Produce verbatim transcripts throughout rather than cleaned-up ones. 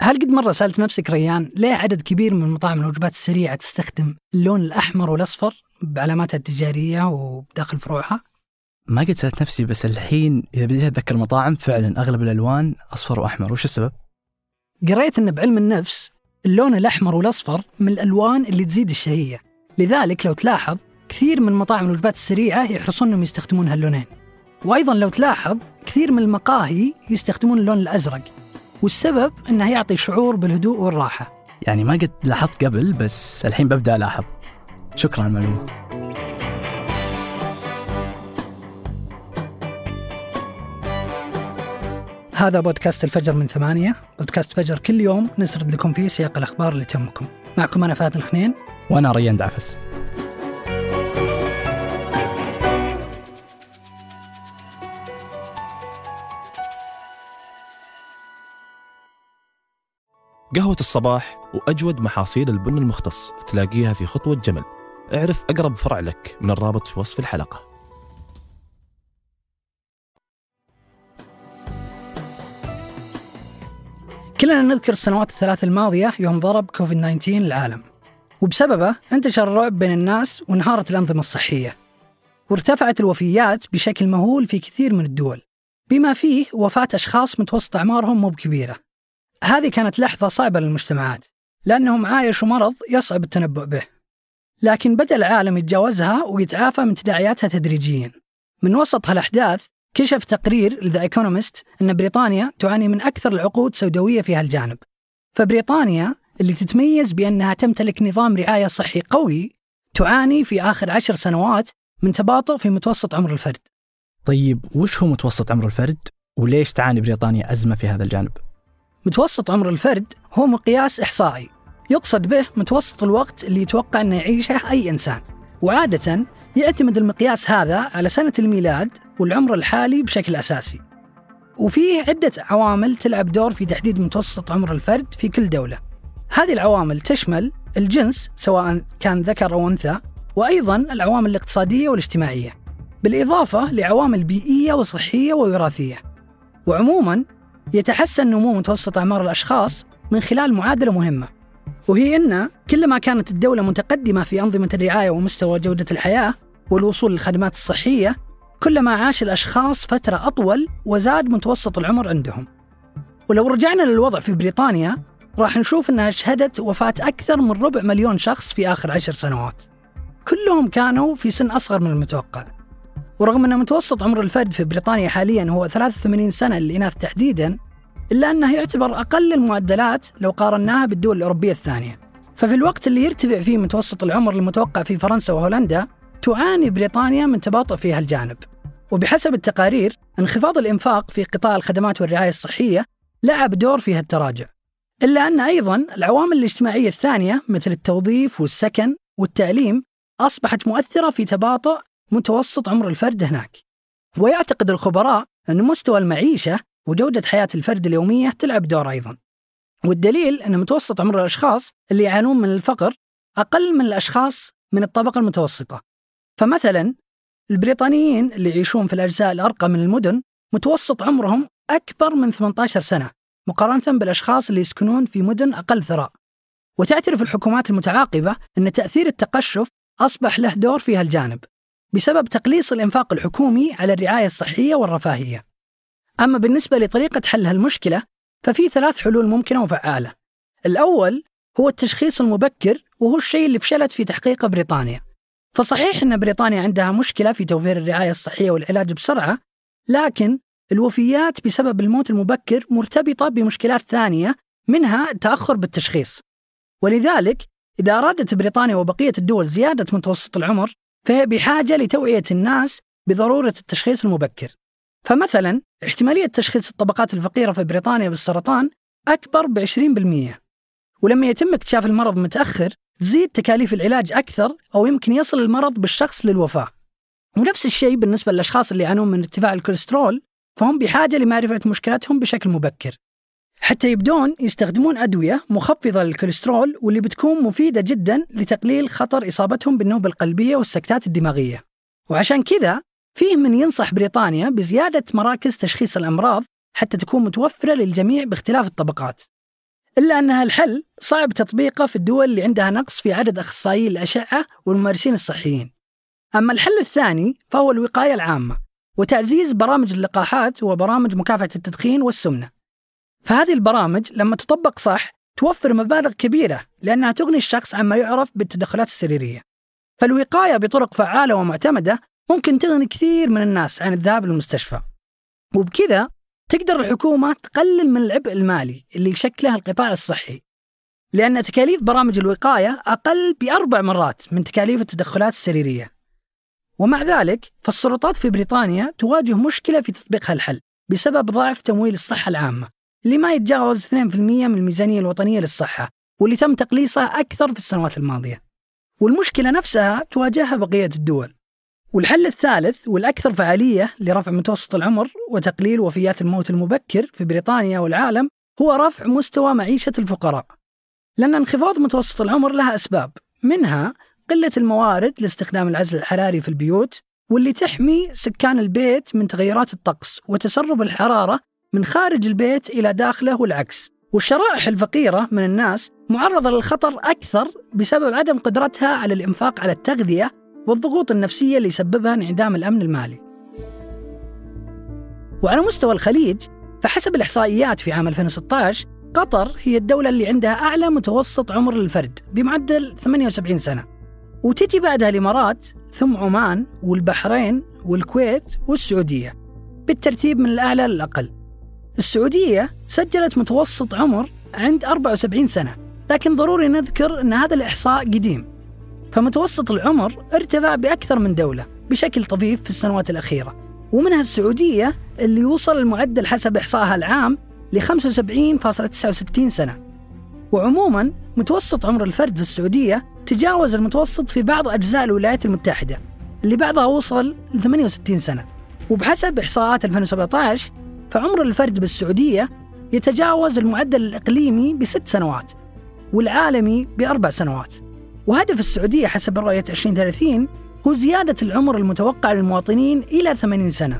هل قد مرة سألت نفسك ريان ليه عدد كبير من مطاعم الوجبات السريعة تستخدم اللون الأحمر والأصفر بعلاماتها التجارية وبداخل فروعها؟ ما قد سألت نفسي، بس الحين إذا بديت أتذكر مطاعم فعلا أغلب الألوان أصفر وأحمر. وش السبب؟ قرأت أن بعلم النفس اللون الأحمر والأصفر من الألوان اللي تزيد الشهية، لذلك لو تلاحظ كثير من مطاعم الوجبات السريعة يحرصون أنهم يستخدمون هاللونين. وأيضا لو تلاحظ كثير من المقاهي يستخدمون اللون الأزرق، والسبب أنه يعطي شعور بالهدوء والراحة. يعني ما قد لاحظت قبل، بس الحين ببدأ ألاحظ. شكرا على المعلومة. هذا بودكاست الفجر من ثمانية، بودكاست فجر كل يوم نسرد لكم فيه سياق الأخبار اللي تهمكم. معكم أنا فهد الخنين، وأنا ريان دعفس. قهوة الصباح وأجود محاصيل البن المختص تلاقيها في خطوة جمل. اعرف أقرب فرع لك من الرابط في وصف الحلقة. كلنا نذكر السنوات الثلاث الماضية يوم ضرب كوفيد تسعة عشر العالم، وبسببه انتشر الرعب بين الناس وانهارت الأنظمة الصحية، وارتفعت الوفيات بشكل مهول في كثير من الدول، بما فيه وفاة أشخاص متوسط أعمارهم مو بكبيرة. هذه كانت لحظة صعبة للمجتمعات لأنهم عايشوا مرض يصعب التنبؤ به، لكن بدأ العالم يتجاوزها ويتعافى من تداعياتها تدريجيا. من وسط هالأحداث كشف تقرير لذا إيكونومست أن بريطانيا تعاني من أكثر العقود سوداوية في هالجانب. فبريطانيا اللي تتميز بأنها تمتلك نظام رعاية صحي قوي تعاني في آخر عشر سنوات من تباطؤ في متوسط عمر الفرد. طيب وش هو متوسط عمر الفرد؟ وليش تعاني بريطانيا أزمة في هذا الجانب؟ متوسط عمر الفرد هو مقياس إحصائي يقصد به متوسط الوقت اللي يتوقع أن يعيشه أي إنسان، وعادة يعتمد المقياس هذا على سنة الميلاد والعمر الحالي بشكل أساسي، وفيه عدة عوامل تلعب دور في تحديد متوسط عمر الفرد في كل دولة. هذه العوامل تشمل الجنس سواء كان ذكر أو أنثى، وأيضا العوامل الاقتصادية والاجتماعية، بالإضافة لعوامل بيئية وصحية ووراثية. وعموما يتحسن نمو متوسط أعمار الأشخاص من خلال معادلة مهمة، وهي أن كلما كانت الدولة متقدمة في أنظمة الرعاية ومستوى جودة الحياة والوصول للخدمات الصحية، كلما عاش الأشخاص فترة أطول وزاد متوسط العمر عندهم. ولو رجعنا للوضع في بريطانيا راح نشوف أنها شهدت وفاة أكثر من ربع مليون شخص في آخر عشر سنوات، كلهم كانوا في سن أصغر من المتوقع. ورغم أن متوسط عمر الفرد في بريطانيا حاليا هو ثلاثة وثمانين سنة للإناث تحديدا، إلا أنه يعتبر أقل المعدلات لو قارناها بالدول الأوروبية الثانية. ففي الوقت اللي يرتفع فيه متوسط العمر المتوقع في فرنسا وهولندا، تعاني بريطانيا من تباطؤ في هالجانب. وبحسب التقارير انخفاض الإنفاق في قطاع الخدمات والرعاية الصحية لعب دور في هالتراجع، إلا أن أيضا العوامل الاجتماعية الثانية مثل التوظيف والسكن والتعليم أصبحت مؤثرة في تباطؤ متوسط عمر الفرد هناك. ويعتقد الخبراء أن مستوى المعيشة وجودة حياة الفرد اليومية تلعب دور أيضا، والدليل أن متوسط عمر الأشخاص اللي يعانون من الفقر أقل من الأشخاص من الطبقة المتوسطة. فمثلا البريطانيين اللي يعيشون في الأجزاء الأرقى من المدن متوسط عمرهم أكبر من ثمانية عشر سنة مقارنة بالأشخاص اللي يسكنون في مدن أقل ثراء. وتعترف الحكومات المتعاقبة أن تأثير التقشف أصبح له دور في هالجانب بسبب تقليص الإنفاق الحكومي على الرعاية الصحية والرفاهية. أما بالنسبة لطريقة حل هالمشكلة ففي ثلاث حلول ممكنة وفعالة. الأول هو التشخيص المبكر، وهو الشيء اللي فشلت في تحقيقه بريطانيا. فصحيح أن بريطانيا عندها مشكلة في توفير الرعاية الصحية والعلاج بسرعة، لكن الوفيات بسبب الموت المبكر مرتبطة بمشكلات ثانية، منها التأخر بالتشخيص. ولذلك إذا أرادت بريطانيا وبقية الدول زيادة متوسط العمر فهي بحاجة لتوعية الناس بضرورة التشخيص المبكر. فمثلا احتمالية تشخيص الطبقات الفقيرة في بريطانيا بالسرطان أكبر بعشرين بالمئة، ولما يتم اكتشاف المرض متأخر تزيد تكاليف العلاج أكثر، أو يمكن يصل المرض بالشخص للوفاة. ونفس الشيء بالنسبة للأشخاص اللي يعانون من ارتفاع الكوليسترول، فهم بحاجة لمعرفة مشكلتهم بشكل مبكر حتى يبدون يستخدمون أدوية مخفضة للكوليسترول، واللي بتكون مفيدة جدا لتقليل خطر إصابتهم بالنوبة القلبية والسكتات الدماغية. وعشان كذا فيه من ينصح بريطانيا بزيادة مراكز تشخيص الأمراض حتى تكون متوفرة للجميع باختلاف الطبقات. إلا أن هالحل صعب تطبيقه في الدول اللي عندها نقص في عدد أخصائيي الأشعة والممارسين الصحيين. أما الحل الثاني فهو الوقاية العامة وتعزيز برامج اللقاحات وبرامج مكافحة التدخين والسمنة. فهذه البرامج لما تطبق صح توفر مبالغ كبيرة لأنها تغني الشخص عما يعرف بالتدخلات السريرية. فالوقاية بطرق فعالة ومعتمدة ممكن تغني كثير من الناس عن الذهاب للمستشفى، وبكذا تقدر الحكومة تقلل من العبء المالي اللي يشكله القطاع الصحي، لأن تكاليف برامج الوقاية أقل بأربع مرات من تكاليف التدخلات السريرية. ومع ذلك فالسلطات في بريطانيا تواجه مشكلة في تطبيق هالحل بسبب ضعف تمويل الصحة العامة اللي ما يتجاوز اثنين بالمئة من الميزانية الوطنية للصحة، واللي تم تقليصها أكثر في السنوات الماضية. والمشكلة نفسها تواجهها بقية الدول. والحل الثالث والأكثر فعالية لرفع متوسط العمر وتقليل وفيات الموت المبكر في بريطانيا والعالم هو رفع مستوى معيشة الفقراء. لأن انخفاض متوسط العمر لها أسباب، منها قلة الموارد لاستخدام العزل الحراري في البيوت، واللي تحمي سكان البيت من تغيرات الطقس وتسرب الحرارة من خارج البيت إلى داخله والعكس. والشرائح الفقيرة من الناس معرضة للخطر أكثر بسبب عدم قدرتها على الإنفاق على التغذية والضغوط النفسية اللي يسببها انعدام الأمن المالي. وعلى مستوى الخليج فحسب الإحصائيات في عام ألفين وستة عشر قطر هي الدولة اللي عندها أعلى متوسط عمر للفرد بمعدل ثمانية وسبعين سنة، وتجي بعدها الإمارات ثم عمان والبحرين والكويت والسعودية بالترتيب من الأعلى للأقل. السعودية سجلت متوسط عمر عند أربعة وسبعين سنة، لكن ضروري نذكر أن هذا الإحصاء قديم، فمتوسط العمر ارتفع بأكثر من دولة بشكل طفيف في السنوات الأخيرة، ومنها السعودية اللي وصل المعدل حسب إحصائها العام ل خمسة وسبعين فاصلة تسعة وستين سنة. وعموما متوسط عمر الفرد في السعودية تجاوز المتوسط في بعض أجزاء الولايات المتحدة اللي بعضها وصل ل ثمانية وستين سنة. وبحسب إحصاءات ألفين وسبعة عشر فعمر الفرد بالسعودية يتجاوز المعدل الإقليمي بست سنوات والعالمي بأربع سنوات. وهدف السعودية حسب رؤية عشرين ثلاثين هو زيادة العمر المتوقع للمواطنين إلى ثمانين سنة.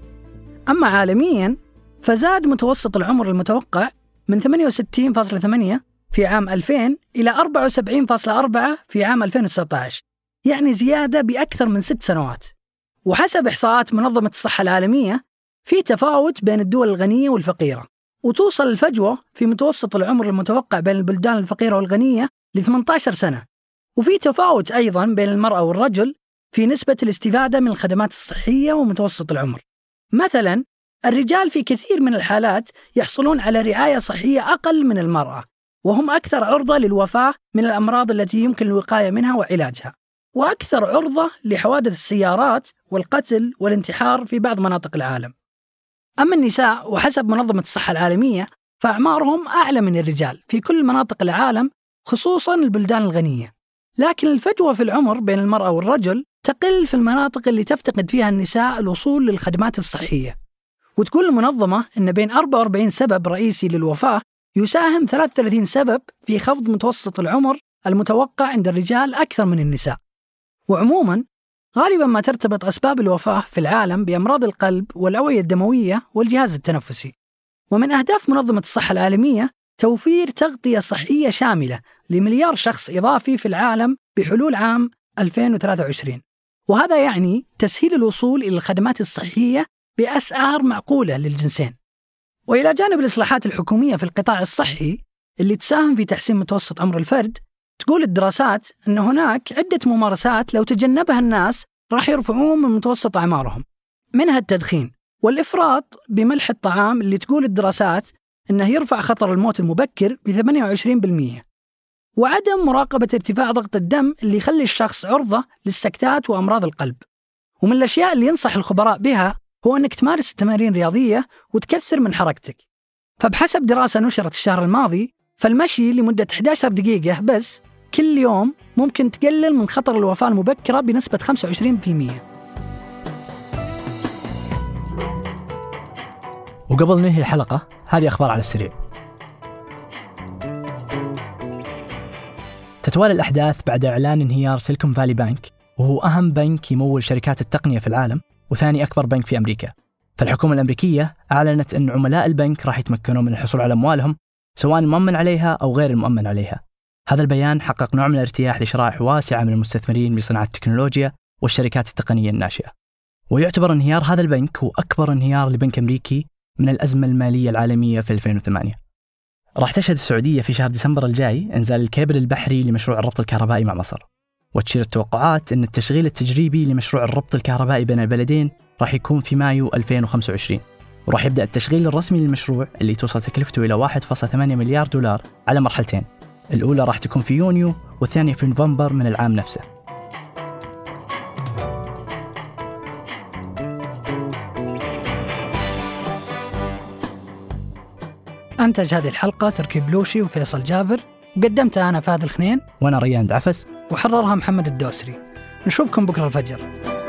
أما عالمياً فزاد متوسط العمر المتوقع من ثمانية وستين فاصلة ثمانية في عام ألفين إلى أربعة وسبعين فاصلة أربعة في عام ألفين وتسعة عشر، يعني زيادة بأكثر من ست سنوات. وحسب إحصاءات منظمة الصحة العالمية في تفاوت بين الدول الغنية والفقيرة، وتوصل الفجوة في متوسط العمر المتوقع بين البلدان الفقيرة والغنية ل ثمانية عشر سنة. وفي تفاوت أيضاً بين المرأة والرجل في نسبة الاستفادة من الخدمات الصحية ومتوسط العمر. مثلاً الرجال في كثير من الحالات يحصلون على رعاية صحية أقل من المرأة، وهم أكثر عرضة للوفاة من الأمراض التي يمكن الوقاية منها وعلاجها، وأكثر عرضة لحوادث السيارات والقتل والانتحار في بعض مناطق العالم. أما النساء وحسب منظمة الصحة العالمية فأعمارهم أعلى من الرجال في كل مناطق العالم خصوصاً البلدان الغنية، لكن الفجوة في العمر بين المرأة والرجل تقل في المناطق اللي تفتقد فيها النساء الوصول للخدمات الصحية. وتقول المنظمة أن بين أربعة وأربعين سبب رئيسي للوفاة يساهم ثلاثة وثلاثين سبب في خفض متوسط العمر المتوقع عند الرجال أكثر من النساء. وعموماً غالباً ما ترتبط أسباب الوفاة في العالم بأمراض القلب والأوعية الدموية والجهاز التنفسي. ومن أهداف منظمة الصحة العالمية توفير تغطية صحية شاملة لمليار شخص إضافي في العالم بحلول عام ألفين وثلاثة وعشرين، وهذا يعني تسهيل الوصول إلى الخدمات الصحية بأسعار معقولة للجنسين. وإلى جانب الإصلاحات الحكومية في القطاع الصحي اللي تساهم في تحسين متوسط عمر الفرد، تقول الدراسات أن هناك عدة ممارسات لو تجنبها الناس راح يرفعون من متوسط أعمارهم، منها التدخين والإفراط بملح الطعام اللي تقول الدراسات أنه يرفع خطر الموت المبكر ب ثمانية وعشرين بالمئة، وعدم مراقبة ارتفاع ضغط الدم اللي يخلي الشخص عرضة للسكتات وأمراض القلب. ومن الأشياء اللي ينصح الخبراء بها هو أنك تمارس التمارين الرياضية وتكثر من حركتك. فبحسب دراسة نشرت الشهر الماضي فالمشي لمدة إحدى عشرة دقيقة بس كل يوم ممكن تقلل من خطر الوفاة المبكرة بنسبة خمسة وعشرين بالمئة. وقبل ننهي الحلقة هذه أخبار على السريع. تتوالى الأحداث بعد إعلان انهيار سيليكون فالي بانك، وهو أهم بنك يمول شركات التقنية في العالم وثاني أكبر بنك في أمريكا. فالحكومة الأمريكية أعلنت أن عملاء البنك راح يتمكنون من الحصول على أموالهم سواء المؤمن عليها أو غير المؤمن عليها. هذا البيان حقق نوع من الارتياح لشرائح واسعة من المستثمرين بصناعة التكنولوجيا والشركات التقنية الناشئة. ويعتبر انهيار هذا البنك هو أكبر انهيار لبنك أمريكي من الأزمة المالية العالمية في ألفين وثمانية. راح تشهد السعودية في شهر ديسمبر الجاي إنزال الكابل البحري لمشروع الربط الكهربائي مع مصر، وتشير التوقعات أن التشغيل التجريبي لمشروع الربط الكهربائي بين البلدين راح يكون في مايو ألفين وخمسة وعشرين، وراح يبدأ التشغيل الرسمي للمشروع اللي توصل تكلفته إلى واحد فاصلة ثمانية مليار دولار على مرحلتين، الأولى راح تكون في يونيو والثانية في نوفمبر من العام نفسه. أنتج هذه الحلقة تركي بلوشي وفيصل جابر، وقدمتها أنا فهد الخنين، وأنا ريان دعفس، وحررها محمد الدوسري. نشوفكم بكرة الفجر.